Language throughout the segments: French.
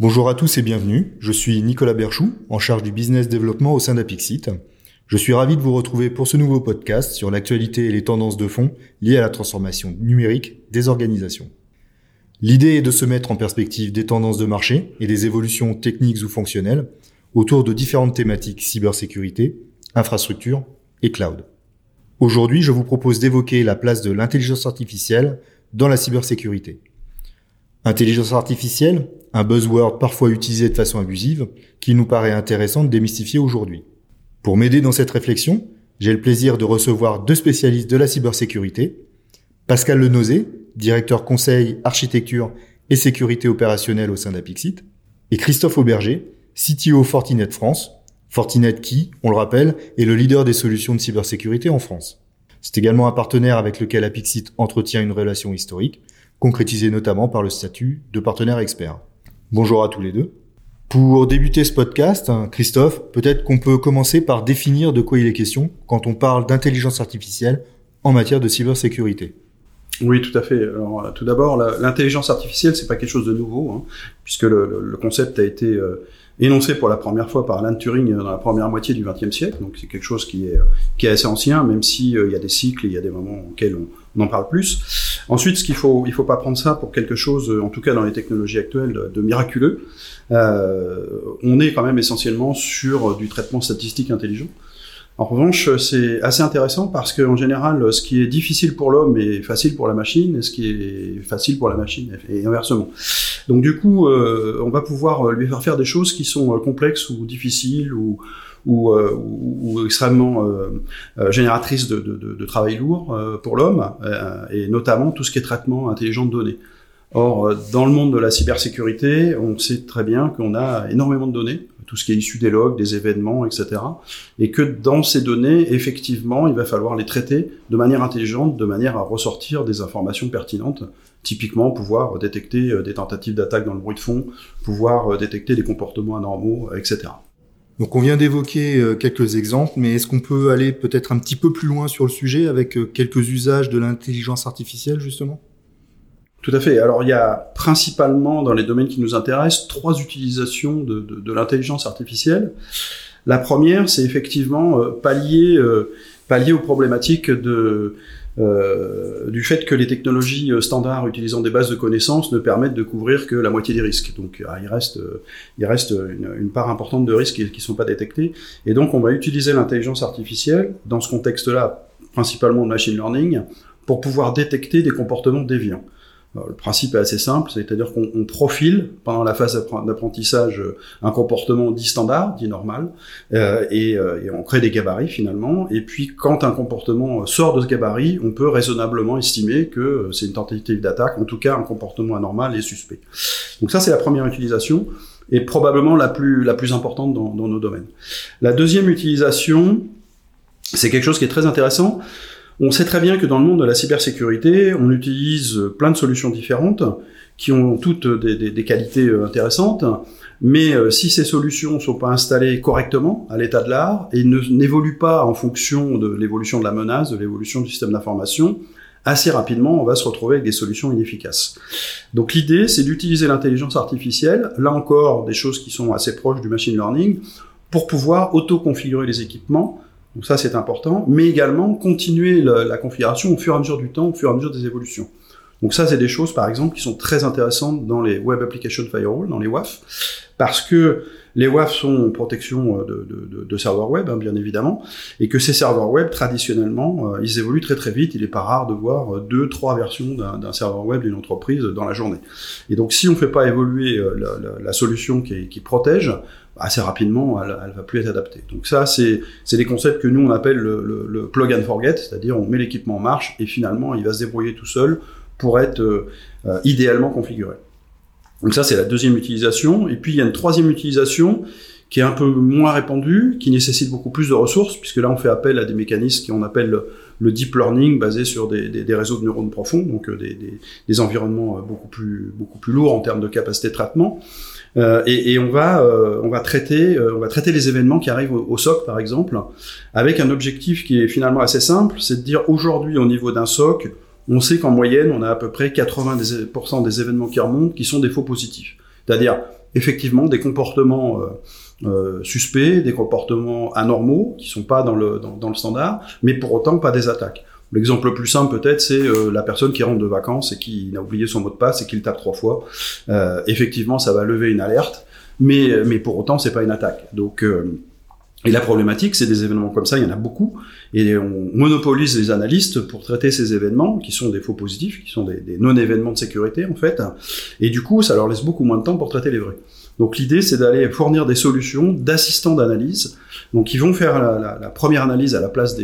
Bonjour à tous et bienvenue, je suis Nicolas Berchoux, en charge du business développement au sein d'Apixit. Je suis ravi de vous retrouver pour ce nouveau podcast sur l'actualité et les tendances de fond liées à la transformation numérique des organisations. L'idée est de se mettre en perspective des tendances de marché et des évolutions techniques ou fonctionnelles autour de différentes thématiques cybersécurité, infrastructure et cloud. Aujourd'hui, je vous propose d'évoquer la place de l'intelligence artificielle dans la cybersécurité. Intelligence artificielle, un buzzword parfois utilisé de façon abusive, qu'il nous paraît intéressant de démystifier aujourd'hui. Pour m'aider dans cette réflexion, j'ai le plaisir de recevoir deux spécialistes de la cybersécurité, Pascal Lenozé, directeur conseil, architecture et sécurité opérationnelle au sein d'Apixit, et Christophe Auberger, CTO Fortinet France, Fortinet qui, on le rappelle, est le leader des solutions de cybersécurité en France. C'est également un partenaire avec lequel Apixit entretient une relation historique, concrétisée notamment par le statut de partenaire expert. Bonjour à tous les deux. Pour débuter ce podcast, Christophe, peut-être qu'on peut commencer par définir de quoi il est question quand on parle d'intelligence artificielle en matière de cybersécurité. Oui, tout à fait. Alors, tout d'abord, l'intelligence artificielle, c'est pas quelque chose de nouveau, puisque le concept a été énoncé pour la première fois par Alan Turing dans la première moitié du XXe siècle. Donc, c'est quelque chose qui est assez ancien, même si il y a des cycles, et il y a des moments auxquels on en parle plus. Ensuite, il faut pas prendre ça pour quelque chose, en tout cas dans les technologies actuelles, de miraculeux. On est quand même essentiellement sur du traitement statistique intelligent. En revanche, c'est assez intéressant parce qu'en général, ce qui est difficile pour l'homme est facile pour la machine, et ce qui est facile pour la machine est inversement. Donc du coup, on va pouvoir lui faire des choses qui sont complexes ou difficiles ou extrêmement génératrices de travail lourd pour l'homme, et notamment tout ce qui est traitement intelligent de données. Or, dans le monde de la cybersécurité, on sait très bien qu'on a énormément de données, tout ce qui est issu des logs, des événements, etc. Et que dans ces données, effectivement, il va falloir les traiter de manière intelligente, de manière à ressortir des informations pertinentes. Typiquement, pouvoir détecter des tentatives d'attaque dans le bruit de fond, pouvoir détecter des comportements anormaux, etc. Donc on vient d'évoquer quelques exemples, mais est-ce qu'on peut aller peut-être un petit peu plus loin sur le sujet avec quelques usages de l'intelligence artificielle, justement ? Tout à fait. Alors, il y a principalement, dans les domaines qui nous intéressent, 3 utilisations de l'intelligence artificielle. La première, c'est effectivement pallier aux problématiques du fait que les technologies standards utilisant des bases de connaissances ne permettent de couvrir que la moitié des risques. Donc, il reste une part importante de risques qui sont pas détectés. Et donc, on va utiliser l'intelligence artificielle, dans ce contexte-là, principalement de machine learning, pour pouvoir détecter des comportements déviants. Alors, le principe est assez simple, c'est-à-dire qu'on profile pendant la phase d'apprentissage un comportement dit standard, dit normal, et on crée des gabarits finalement. Et puis quand un comportement sort de ce gabarit, on peut raisonnablement estimer que c'est une tentative d'attaque, en tout cas un comportement anormal et suspect. Donc ça, c'est la première utilisation, et probablement la plus importante dans nos domaines. La deuxième utilisation, c'est quelque chose qui est très intéressant. On sait très bien que dans le monde de la cybersécurité, on utilise plein de solutions différentes qui ont toutes des qualités intéressantes, mais si ces solutions ne sont pas installées correctement à l'état de l'art et n'évoluent pas en fonction de l'évolution de la menace, de l'évolution du système d'information, assez rapidement, on va se retrouver avec des solutions inefficaces. Donc l'idée, c'est d'utiliser l'intelligence artificielle, là encore des choses qui sont assez proches du machine learning, pour pouvoir auto-configurer les équipements. Donc ça, c'est important, mais également continuer la configuration au fur et à mesure du temps, au fur et à mesure des évolutions. Donc ça, c'est des choses, par exemple, qui sont très intéressantes dans les Web Application Firewall, dans les WAF, parce que les WAF sont en protection de serveurs web, bien évidemment, et que ces serveurs web, traditionnellement, ils évoluent très très vite. Il n'est pas rare de voir 2-3 versions d'un serveur web d'une entreprise dans la journée. Et donc, si on ne fait pas évoluer la solution qui protège, assez rapidement, elle va plus être adaptée. Donc ça, c'est des concepts que nous, on appelle le plug and forget, c'est-à-dire on met l'équipement en marche et finalement, il va se débrouiller tout seul pour être idéalement configuré. Donc ça, c'est la deuxième utilisation. Et puis, il y a une troisième utilisation qui est un peu moins répandue, qui nécessite beaucoup plus de ressources, puisque là, on fait appel à des mécanismes qu'on appelle le deep learning, basé sur des réseaux de neurones profonds, donc des environnements beaucoup plus lourds en termes de capacité de traitement. Et on va traiter les événements qui arrivent au SOC, par exemple, avec un objectif qui est finalement assez simple, c'est de dire aujourd'hui, au niveau d'un SOC, on sait qu'en moyenne, on a à peu près 80% des événements qui remontent qui sont des faux positifs. C'est-à-dire, effectivement des comportements suspects, des comportements anormaux qui sont pas dans le standard, mais pour autant pas des attaques. L'exemple le plus simple peut-être, c'est la personne qui rentre de vacances et qui a oublié son mot de passe et qui le tape 3 fois. Effectivement, ça va lever une alerte, mais pour autant, c'est pas une attaque. Donc et la problématique, c'est des événements comme ça, il y en a beaucoup, et on monopolise les analystes pour traiter ces événements, qui sont des faux positifs, qui sont des non-événements de sécurité, en fait, et du coup, ça leur laisse beaucoup moins de temps pour traiter les vrais. Donc l'idée, c'est d'aller fournir des solutions d'assistants d'analyse, donc ils vont faire la première analyse à la place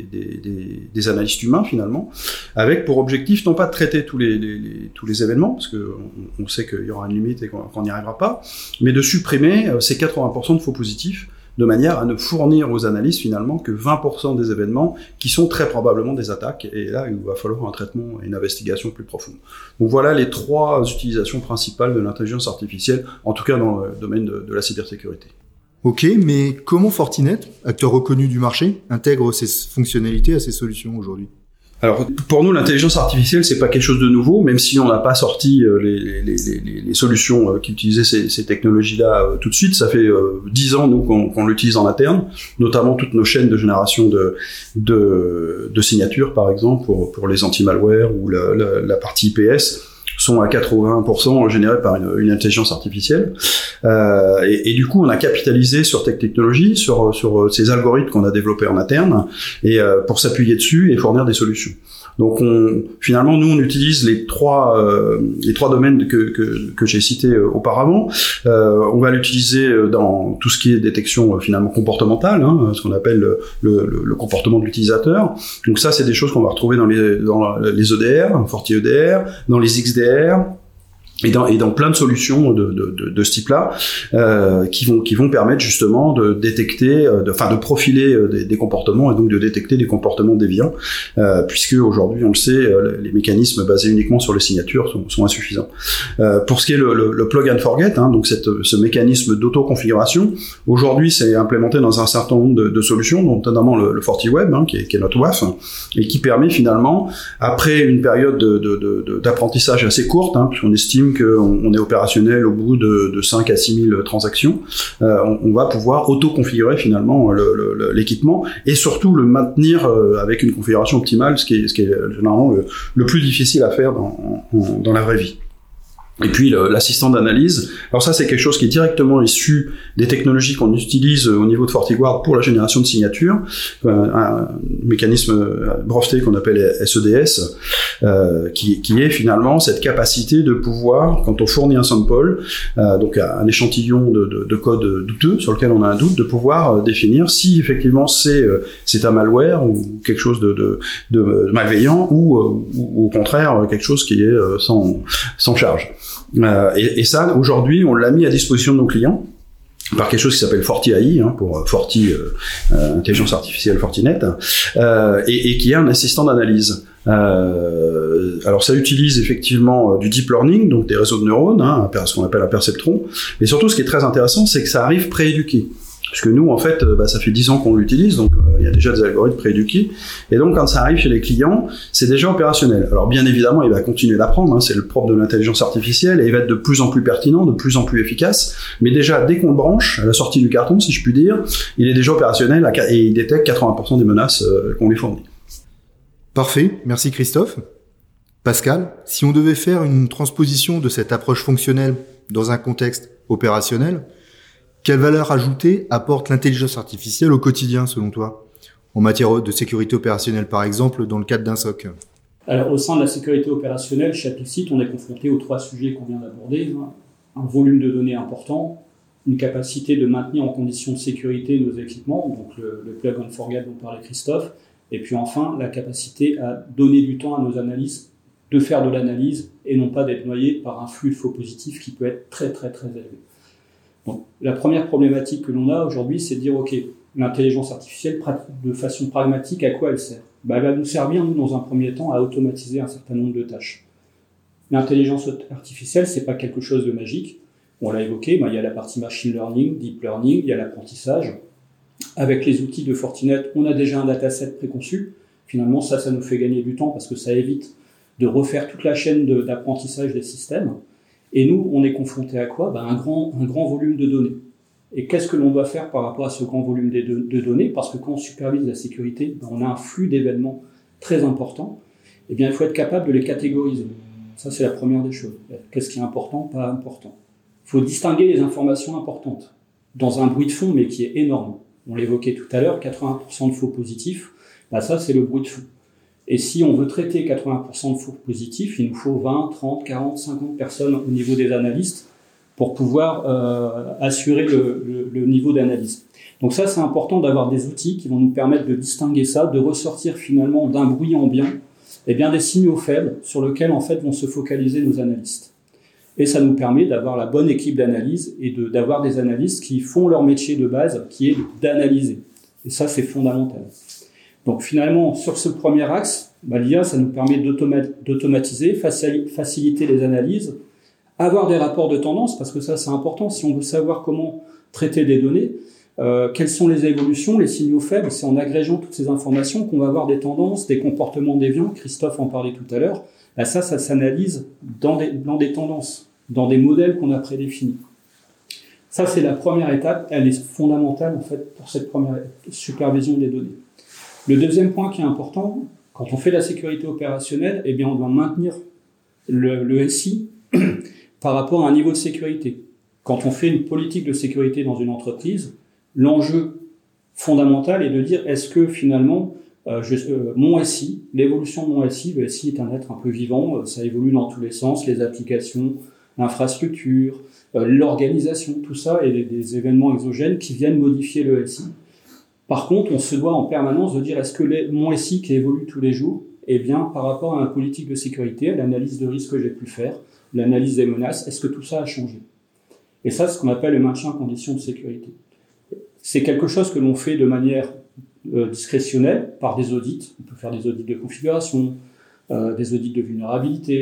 des analystes humains, finalement, avec pour objectif, non pas de traiter tous les événements, parce que on sait qu'il y aura une limite et qu'on n'y arrivera pas, mais de supprimer ces 80% de faux positifs, de manière à ne fournir aux analystes finalement que 20% des événements qui sont très probablement des attaques, et là il va falloir un traitement et une investigation plus profonde. Donc voilà les 3 utilisations principales de l'intelligence artificielle, en tout cas dans le domaine de la cybersécurité. Ok, mais comment Fortinet, acteur reconnu du marché, intègre ces fonctionnalités à ses solutions aujourd'hui ? Alors, pour nous, l'intelligence artificielle, c'est pas quelque chose de nouveau, même si on n'a pas sorti les solutions qui utilisaient ces technologies-là tout de suite. Ça fait 10 ans, nous, qu'on l'utilise en interne, notamment toutes nos chaînes de génération de signatures, par exemple, pour les anti-malware ou la partie IPS, sont à 80% générés par une intelligence artificielle. Et du coup, on a capitalisé sur cette technologie, sur ces algorithmes qu'on a développés en interne, et pour s'appuyer dessus et fournir des solutions. Donc finalement, nous, on utilise les trois domaines que j'ai cités auparavant. On va l'utiliser dans tout ce qui est détection finalement comportementale, ce qu'on appelle le comportement de l'utilisateur. Donc ça, c'est des choses qu'on va retrouver dans les EDR, FortiEDR, dans les XDR. Et dans plein de solutions de ce type-là, qui vont permettre justement de détecter, de profiler des comportements et donc de détecter des comportements déviants, puisque aujourd'hui, on le sait, les mécanismes basés uniquement sur les signatures sont insuffisants. Pour ce qui est le plug and forget, donc ce mécanisme d'auto-configuration, aujourd'hui, c'est implémenté dans un certain nombre de solutions, dont notamment le FortiWeb, qui est notre WAF, et qui permet finalement, après une période d'apprentissage assez courte, puisqu'on estime qu'on est opérationnel au bout de 5 à 6 000 transactions, on va pouvoir auto-configurer finalement l'équipement et surtout le maintenir avec une configuration optimale, ce qui est généralement le plus difficile à faire dans la vraie vie. Et puis l'assistant d'analyse, alors ça c'est quelque chose qui est directement issu des technologies qu'on utilise au niveau de FortiGuard pour la génération de signatures, un mécanisme breveté qu'on appelle SEDS, qui est finalement cette capacité de pouvoir, quand on fournit un sample, donc un échantillon de code douteux sur lequel on a un doute, de pouvoir définir si effectivement c'est un malware ou quelque chose de malveillant ou au contraire quelque chose qui est sans charge. Et ça, aujourd'hui, on l'a mis à disposition de nos clients par quelque chose qui s'appelle FortiAI, pour Forti Intelligence Artificielle Fortinet, et qui est un assistant d'analyse. Alors ça utilise effectivement du deep learning, donc des réseaux de neurones, ce qu'on appelle un perceptron, mais surtout ce qui est très intéressant, c'est que ça arrive prééduqué. Parce que nous, en fait, ça fait 10 ans qu'on l'utilise, donc il y a déjà des algorithmes prééduqués. Et donc, quand ça arrive chez les clients, c'est déjà opérationnel. Alors, bien évidemment, il va continuer d'apprendre, c'est le propre de l'intelligence artificielle, et il va être de plus en plus pertinent, de plus en plus efficace. Mais déjà, dès qu'on le branche, à la sortie du carton, si je puis dire, il est déjà opérationnel et il détecte 80% des menaces qu'on lui fournit. Parfait, merci Christophe. Pascal, si on devait faire une transposition de cette approche fonctionnelle dans un contexte opérationnel, quelle valeur ajoutée apporte l'intelligence artificielle au quotidien, selon toi, en matière de sécurité opérationnelle, par exemple, dans le cadre d'un SOC ? Alors, au sein de la sécurité opérationnelle, chez Apixit, on est confronté aux 3 sujets qu'on vient d'aborder. Un volume de données important, une capacité de maintenir en conditions de sécurité nos équipements, donc le plug and forget dont parlait Christophe, et puis enfin, la capacité à donner du temps à nos analystes de faire de l'analyse et non pas d'être noyé par un flux de faux positifs qui peut être très très très élevé. Donc, la première problématique que l'on a aujourd'hui, c'est de dire, OK, l'intelligence artificielle, de façon pragmatique, à quoi elle sert ? Elle va nous servir, nous, dans un premier temps, à automatiser un certain nombre de tâches. L'intelligence artificielle, c'est pas quelque chose de magique. On l'a évoqué, il y a la partie machine learning, deep learning, il y a l'apprentissage. Avec les outils de Fortinet, on a déjà un dataset préconçu. Finalement, ça nous fait gagner du temps parce que ça évite de refaire toute la chaîne d'apprentissage des systèmes. Et nous, on est confronté à quoi? Un grand volume de données. Et qu'est-ce que l'on doit faire par rapport à ce grand volume de données? Parce que quand on supervise la sécurité, on a un flux d'événements très important. Eh bien, il faut être capable de les catégoriser. Ça, c'est la première des choses. Qu'est-ce qui est important, pas important? Il faut distinguer les informations importantes dans un bruit de fond, mais qui est énorme. On l'évoquait tout à l'heure, 80% de faux positifs, ça, c'est le bruit de fond. Et si on veut traiter 80% de faux positifs, il nous faut 20, 30, 40, 50 personnes au niveau des analystes pour pouvoir assurer le niveau d'analyse. Donc ça, c'est important d'avoir des outils qui vont nous permettre de distinguer ça, de ressortir finalement d'un bruit ambiant des signaux faibles sur lesquels en fait vont se focaliser nos analystes. Et ça nous permet d'avoir la bonne équipe d'analyse et d'avoir des analystes qui font leur métier de base, qui est d'analyser. Et ça, c'est fondamental. Donc finalement, sur ce premier axe, l'IA, ça nous permet d'automatiser, faciliter les analyses, avoir des rapports de tendance, parce que ça, c'est important. Si on veut savoir comment traiter des données, quelles sont les évolutions, les signaux faibles, c'est en agrégeant toutes ces informations qu'on va avoir des tendances, des comportements déviants. Christophe en parlait tout à l'heure. Ça s'analyse dans des tendances, dans des modèles qu'on a prédéfinis. Ça, c'est la première étape. Elle est fondamentale, en fait, pour cette première supervision des données. Le deuxième point qui est important, quand on fait la sécurité opérationnelle, on doit maintenir le SI par rapport à un niveau de sécurité. Quand on fait une politique de sécurité dans une entreprise, l'enjeu fondamental est de dire est-ce que finalement mon SI, l'évolution de mon SI, le SI est un être un peu vivant, ça évolue dans tous les sens, les applications, l'infrastructure, l'organisation, tout ça, et des événements exogènes qui viennent modifier le SI. Par contre, on se doit en permanence de dire est-ce que mon SI qui évolue tous les jours, par rapport à ma politique de sécurité, à l'analyse de risque que j'ai pu faire, l'analyse des menaces, est-ce que tout ça a changé? Et ça, c'est ce qu'on appelle le maintien en condition de sécurité. C'est quelque chose que l'on fait de manière discrétionnelle par des audits. On peut faire des audits de configuration, des audits de vulnérabilité,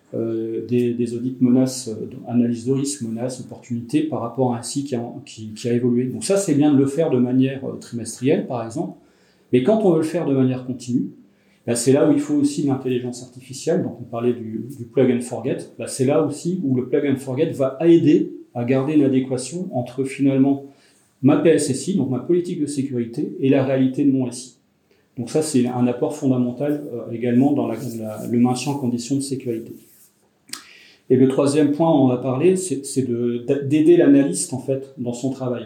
des audits menaces, analyse de risque, menaces, opportunités par rapport à un SI qui a évolué. Donc ça, c'est bien de le faire de manière trimestrielle, par exemple. Mais quand on veut le faire de manière continue, c'est là où il faut aussi l'intelligence artificielle. Donc on parlait du plug and forget. C'est là aussi où le plug and forget va aider à garder une adéquation entre finalement ma PSSI, donc ma politique de sécurité, et la réalité de mon SI. Donc ça, c'est un apport fondamental également dans le maintien en conditions de sécurité. Et le troisième point, on en a parlé, c'est d'aider l'analyste en fait dans son travail.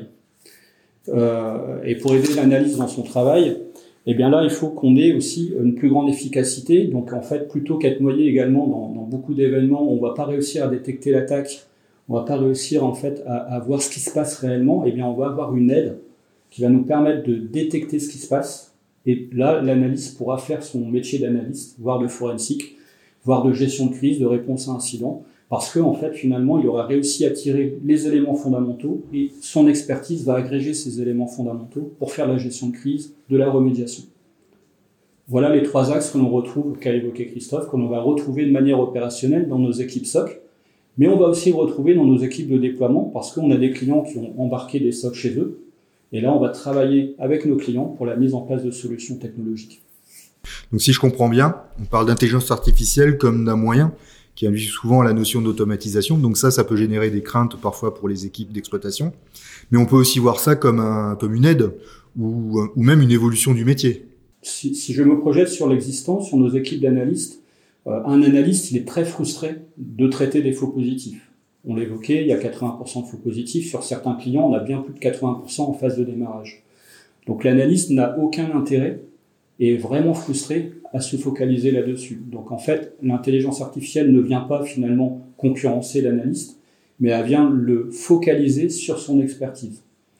Et pour aider l'analyste dans son travail, là, il faut qu'on ait aussi une plus grande efficacité. Donc en fait, plutôt qu'être noyé également dans beaucoup d'événements, on ne va pas réussir à détecter l'attaque. On va pas réussir en fait à voir ce qui se passe réellement. On va avoir une aide qui va nous permettre de détecter ce qui se passe. Et là, l'analyste pourra faire son métier d'analyste, voire de forensique, voire de gestion de crise, de réponse à incident, parce que en fait, finalement, il aura réussi à tirer les éléments fondamentaux et son expertise va agréger ces éléments fondamentaux pour faire la gestion de crise, de la remédiation. Voilà les trois axes que l'on retrouve, qu'a évoqué Christophe, que l'on va retrouver de manière opérationnelle dans nos équipes SOC. Mais on va aussi le retrouver dans nos équipes de déploiement parce qu'on a des clients qui ont embarqué des SOC chez eux. Et là, on va travailler avec nos clients pour la mise en place de solutions technologiques. Donc si je comprends bien, on parle d'intelligence artificielle comme d'un moyen qui induit souvent la notion d'automatisation. Donc ça peut générer des craintes parfois pour les équipes d'exploitation. Mais on peut aussi voir ça comme une aide ou même une évolution du métier. Si je me projette sur l'existant, sur nos équipes d'analystes, un analyste, il est très frustré de traiter des faux positifs. On l'évoquait, il y a 80% de faux positifs. Sur certains clients, on a bien plus de 80% en phase de démarrage. Donc l'analyste n'a aucun intérêt et est vraiment frustré à se focaliser là-dessus. Donc en fait, l'intelligence artificielle ne vient pas finalement concurrencer l'analyste, mais elle vient le focaliser sur son expertise.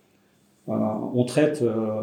On traite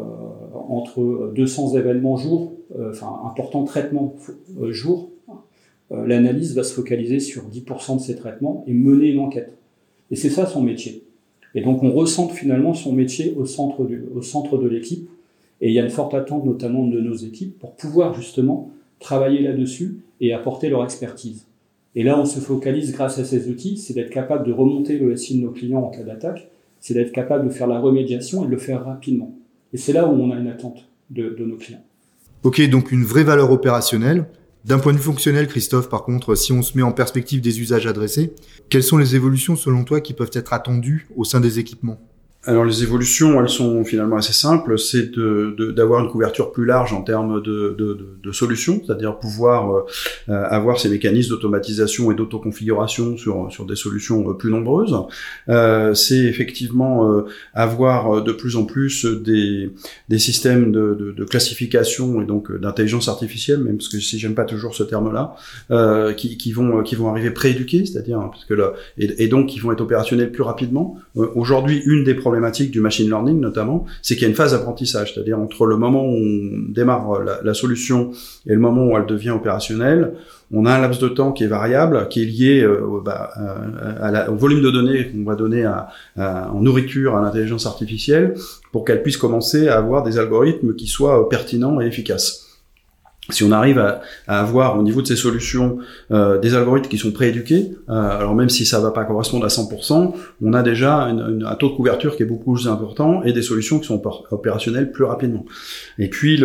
entre 200 événements jour, importants traitements jour. L'analyse va se focaliser sur 10% de ces traitements et mener une enquête. Et c'est ça son métier. Et donc on recentre finalement son métier au centre de l'équipe. Et il y a une forte attente notamment de nos équipes pour pouvoir justement travailler là-dessus et apporter leur expertise. Et là on se focalise grâce à ces outils, c'est d'être capable de remonter le SI de nos clients en cas d'attaque, c'est d'être capable de faire la remédiation et de le faire rapidement. Et c'est là où on a une attente de nos clients. Ok, donc une vraie valeur opérationnelle, D'un point de vue fonctionnel, Christophe, par contre, si on se met en perspective des usages adressés, quelles sont les évolutions selon toi qui peuvent être attendues au sein des équipements ? Alors les évolutions, elles sont finalement assez simples, c'est d'avoir une couverture plus large en termes de solutions, c'est-à-dire pouvoir avoir ces mécanismes d'automatisation et d'autoconfiguration sur des solutions plus nombreuses. C'est effectivement avoir de plus en plus des systèmes de classification et donc d'intelligence artificielle, même parce que si j'aime pas toujours ce terme-là, qui vont arriver prééduqués, c'est-à-dire parce que là, et donc qui vont être opérationnels plus rapidement. Aujourd'hui, une des problématiques du machine learning notamment, c'est qu'il y a une phase d'apprentissage, c'est-à-dire entre le moment où on démarre la solution et le moment où elle devient opérationnelle, on a un laps de temps qui est variable, qui est lié au volume de données qu'on va donner en nourriture à l'intelligence artificielle pour qu'elle puisse commencer à avoir des algorithmes qui soient pertinents et efficaces. Si on arrive à avoir au niveau de ces solutions des algorithmes qui sont prééduqués, alors même si ça va pas correspondre à 100%, on a déjà un taux de couverture qui est beaucoup plus important et des solutions qui sont opérationnelles plus rapidement. Et puis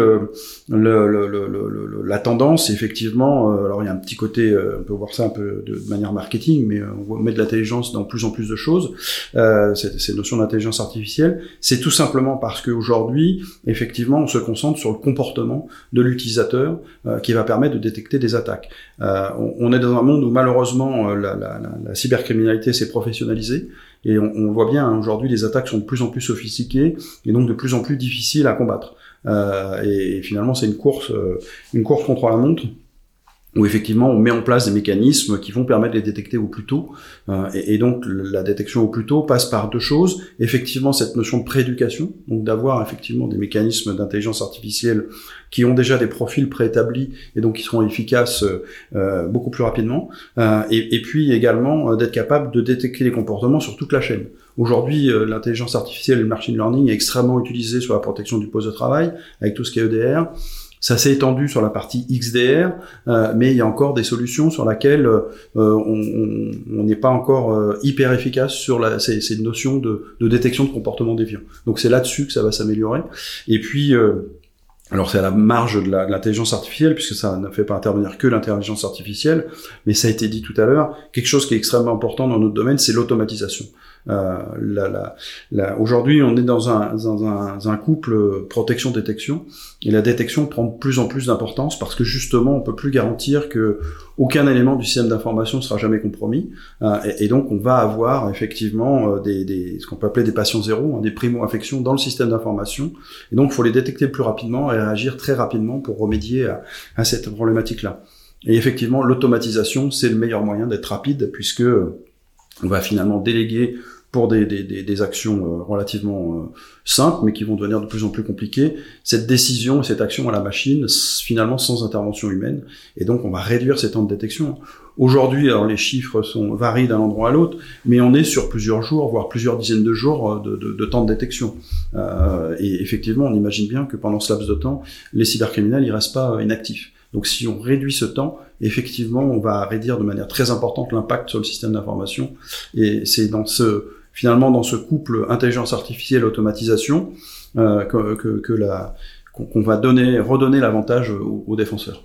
la tendance, effectivement, alors il y a un petit côté, on peut voir ça un peu de manière marketing, mais on met de l'intelligence dans plus en plus de choses. Ces notions d'intelligence artificielle, c'est tout simplement parce qu'aujourd'hui, effectivement, on se concentre sur le comportement de l'utilisateur qui va permettre de détecter des attaques. On est dans un monde où malheureusement la cybercriminalité s'est professionnalisée et on voit bien aujourd'hui les attaques sont de plus en plus sophistiquées et donc de plus en plus difficiles à combattre. Et finalement c'est une course contre la montre, où effectivement on met en place des mécanismes qui vont permettre de les détecter au plus tôt. Et donc la détection au plus tôt passe par deux choses. Effectivement cette notion de prééducation, donc d'avoir effectivement des mécanismes d'intelligence artificielle qui ont déjà des profils préétablis et donc qui seront efficaces beaucoup plus rapidement. Et puis également d'être capable de détecter les comportements sur toute la chaîne. Aujourd'hui, l'intelligence artificielle et le machine learning est extrêmement utilisé sur la protection du poste de travail, avec tout ce qui est EDR. Ça s'est étendu sur la partie XDR, mais il y a encore des solutions sur lesquelles on n'est pas encore hyper efficace sur ces notions de détection de comportement déviant. Donc c'est là-dessus que ça va s'améliorer. Et puis alors c'est à la marge de l'intelligence artificielle, puisque ça ne fait pas intervenir que l'intelligence artificielle, mais ça a été dit tout à l'heure, quelque chose qui est extrêmement important dans notre domaine, c'est l'automatisation. Aujourd'hui, on est dans un couple protection-détection, et la détection prend de plus en plus d'importance parce que justement, on peut plus garantir que aucun élément du système d'information ne sera jamais compromis, et donc on va avoir effectivement ce qu'on peut appeler des patients zéro, des primo-infections dans le système d'information, et donc il faut les détecter plus rapidement et réagir très rapidement pour remédier à cette problématique-là. Et effectivement, l'automatisation, c'est le meilleur moyen d'être rapide, puisque on va finalement déléguer pour des actions relativement simples, mais qui vont devenir de plus en plus compliquées, cette décision et cette action à la machine, finalement sans intervention humaine, et donc on va réduire ces temps de détection. Aujourd'hui, alors les chiffres varient d'un endroit à l'autre, mais on est sur plusieurs jours, voire plusieurs dizaines de jours de temps de détection. Et effectivement, on imagine bien que pendant ce laps de temps, les cybercriminels, ils restent pas inactifs. Donc si on réduit ce temps, effectivement, on va réduire de manière très importante l'impact sur le système d'information. Et c'est finalement dans ce couple intelligence artificielle automatisation qu'on va redonner l'avantage aux défenseurs.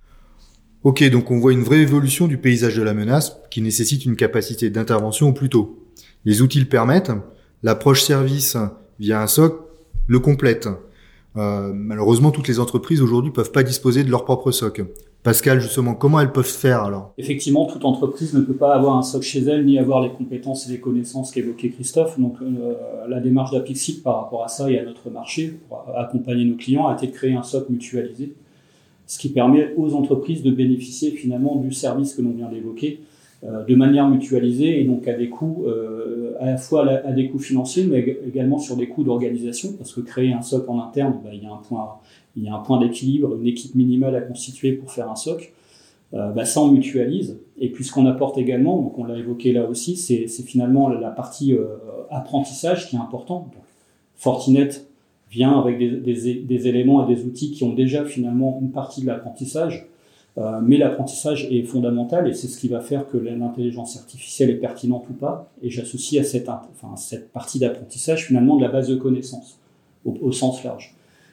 Ok, donc on voit une vraie évolution du paysage de la menace qui nécessite une capacité d'intervention au plus tôt. Les outils le permettent, l'approche service via un SOC le complète. Malheureusement, toutes les entreprises aujourd'hui peuvent pas disposer de leur propre SOC. Pascal, justement, comment elles peuvent faire alors ? Effectivement, toute entreprise ne peut pas avoir un SOC chez elle, ni avoir les compétences et les connaissances qu'évoquait Christophe. Donc la démarche d'Apixit par rapport à ça et à notre marché, pour accompagner nos clients, a été de créer un SOC mutualisé, ce qui permet aux entreprises de bénéficier finalement du service que l'on vient d'évoquer de manière mutualisée et donc à des coûts, à la fois à des coûts financiers, mais également sur des coûts d'organisation, parce que créer un SOC en interne, il y a un point d'équilibre, une équipe minimale à constituer pour faire un SOC. Ça on mutualise. Et puis ce qu'on apporte également, donc on l'a évoqué là aussi, c'est finalement la partie apprentissage qui est importante. Donc, Fortinet vient avec des éléments et des outils qui ont déjà finalement une partie de l'apprentissage, mais l'apprentissage est fondamental et c'est ce qui va faire que l'intelligence artificielle est pertinente ou pas. Et j'associe à cette partie d'apprentissage finalement de la base de connaissances au sens large.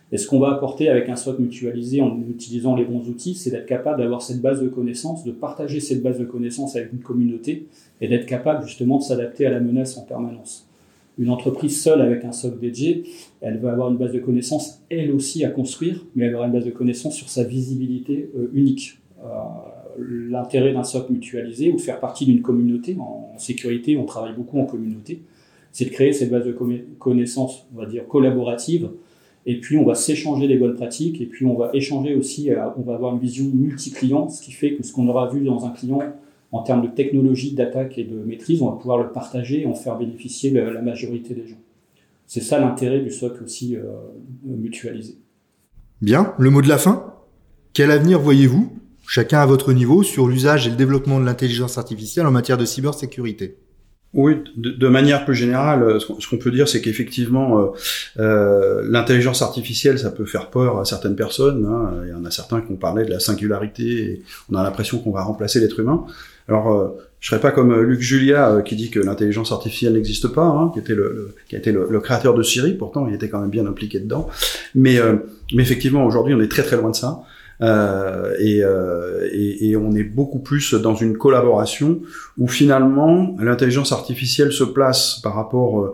Et ce qu'on va apporter avec un SOC mutualisé en utilisant les bons outils, c'est d'être capable d'avoir cette base de connaissances, de partager cette base de connaissances avec une communauté et d'être capable justement de s'adapter à la menace en permanence. Une entreprise seule avec un SOC dédié, elle va avoir une base de connaissances elle aussi à construire, mais elle aura une base de connaissances sur sa visibilité unique. L'intérêt d'un SOC mutualisé ou de faire partie d'une communauté, en sécurité on travaille beaucoup en communauté, c'est de créer cette base de connaissances, on va dire collaborative, et puis on va s'échanger les bonnes pratiques, et puis on va échanger aussi, on va avoir une vision multi-client, ce qui fait que ce qu'on aura vu dans un client en termes de technologie, d'attaque et de maîtrise, on va pouvoir le partager et en faire bénéficier la majorité des gens. C'est ça l'intérêt du SOC aussi mutualisé. Bien, le mot de la fin. Quel avenir voyez-vous, chacun à votre niveau, sur l'usage et le développement de l'intelligence artificielle en matière de cybersécurité ? Oui, de manière plus générale, ce qu'on peut dire, c'est qu'effectivement, l'intelligence artificielle, ça peut faire peur à certaines personnes. Hein. Il y en a certains qui ont parlé de la singularité, et on a l'impression qu'on va remplacer l'être humain. Alors, je serais pas comme Luc Julia qui dit que l'intelligence artificielle n'existe pas, hein, qui a été le créateur de Siri. Pourtant, il était quand même bien impliqué dedans. Mais effectivement, aujourd'hui, on est très très loin de ça. Et on est beaucoup plus dans une collaboration où finalement l'intelligence artificielle se place par rapport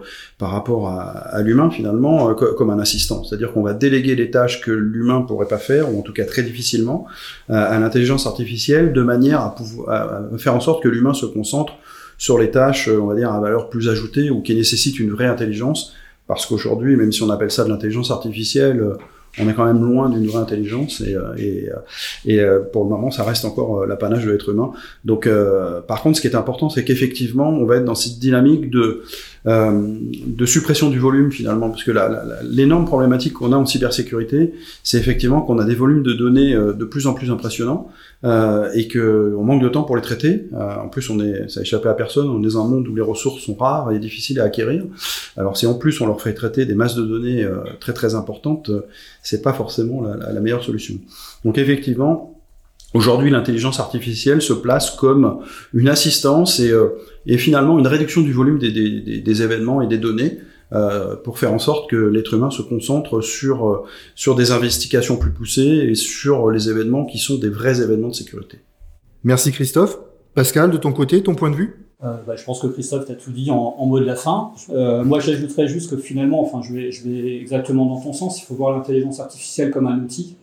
à l'humain finalement comme un assistant, c'est-à-dire qu'on va déléguer les tâches que l'humain pourrait pas faire, ou en tout cas très difficilement, à l'intelligence artificielle, de manière à faire en sorte que l'humain se concentre sur les tâches, on va dire, à valeur plus ajoutée, ou qui nécessitent une vraie intelligence, parce qu'aujourd'hui, même si on appelle ça de l'intelligence artificielle, on est quand même loin d'une vraie intelligence, et pour le moment, ça reste encore l'apanage de l'être humain. Donc, par contre, ce qui est important, c'est qu'effectivement, on va être dans cette dynamique de suppression du volume finalement, parce que l'énorme problématique qu'on a en cybersécurité, c'est effectivement qu'on a des volumes de données de plus en plus impressionnants, et que on manque de temps pour les traiter. En plus, ça a échappé à personne, on est dans un monde où les ressources sont rares et difficiles à acquérir. Alors si en plus on leur fait traiter des masses de données très très importantes, c'est pas forcément la meilleure solution. Donc effectivement, aujourd'hui, l'intelligence artificielle se place comme une assistance et finalement une réduction du volume des événements et des données, pour faire en sorte que l'être humain se concentre sur des investigations plus poussées et sur les événements qui sont des vrais événements de sécurité. Merci Christophe. Pascal, de ton côté, ton point de vue ? Je pense que Christophe t'a tout dit en mot de la fin. Moi, j'ajouterais juste que finalement, je vais exactement dans ton sens, il faut voir l'intelligence artificielle comme un outil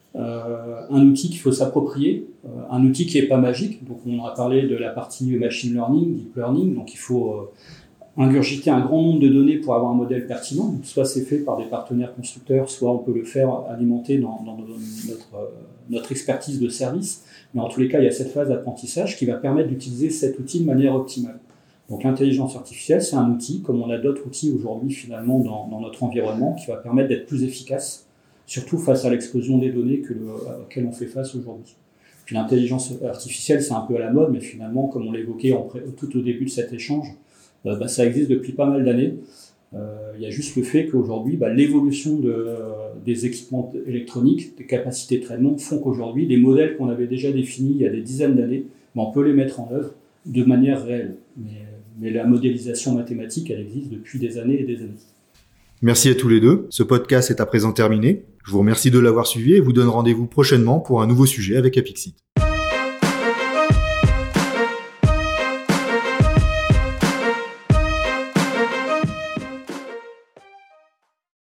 qu'il faut s'approprier, un outil qui est pas magique. Donc, on a parlé de la partie machine learning, deep learning. Donc, il faut ingurgiter un grand nombre de données pour avoir un modèle pertinent. Donc, soit c'est fait par des partenaires constructeurs, soit on peut le faire alimenter dans notre expertise de service. Mais en tous les cas, il y a cette phase d'apprentissage qui va permettre d'utiliser cet outil de manière optimale. Donc l'intelligence artificielle, c'est un outil, comme on a d'autres outils aujourd'hui finalement dans notre environnement, qui va permettre d'être plus efficace, surtout face à l'explosion des données auxquelles on fait face aujourd'hui. Puis l'intelligence artificielle, c'est un peu à la mode, mais finalement, comme on l'évoquait tout au début de cet échange, ça existe depuis pas mal d'années. Il y a juste le fait qu'aujourd'hui, l'évolution des équipements électroniques, des capacités de traitement font qu'aujourd'hui, les modèles qu'on avait déjà définis il y a des dizaines d'années, on peut les mettre en œuvre de manière réelle. Mais la modélisation mathématique, elle existe depuis des années et des années. Merci à tous les deux. Ce podcast est à présent terminé. Je vous remercie de l'avoir suivi et vous donne rendez-vous prochainement pour un nouveau sujet avec Apixit.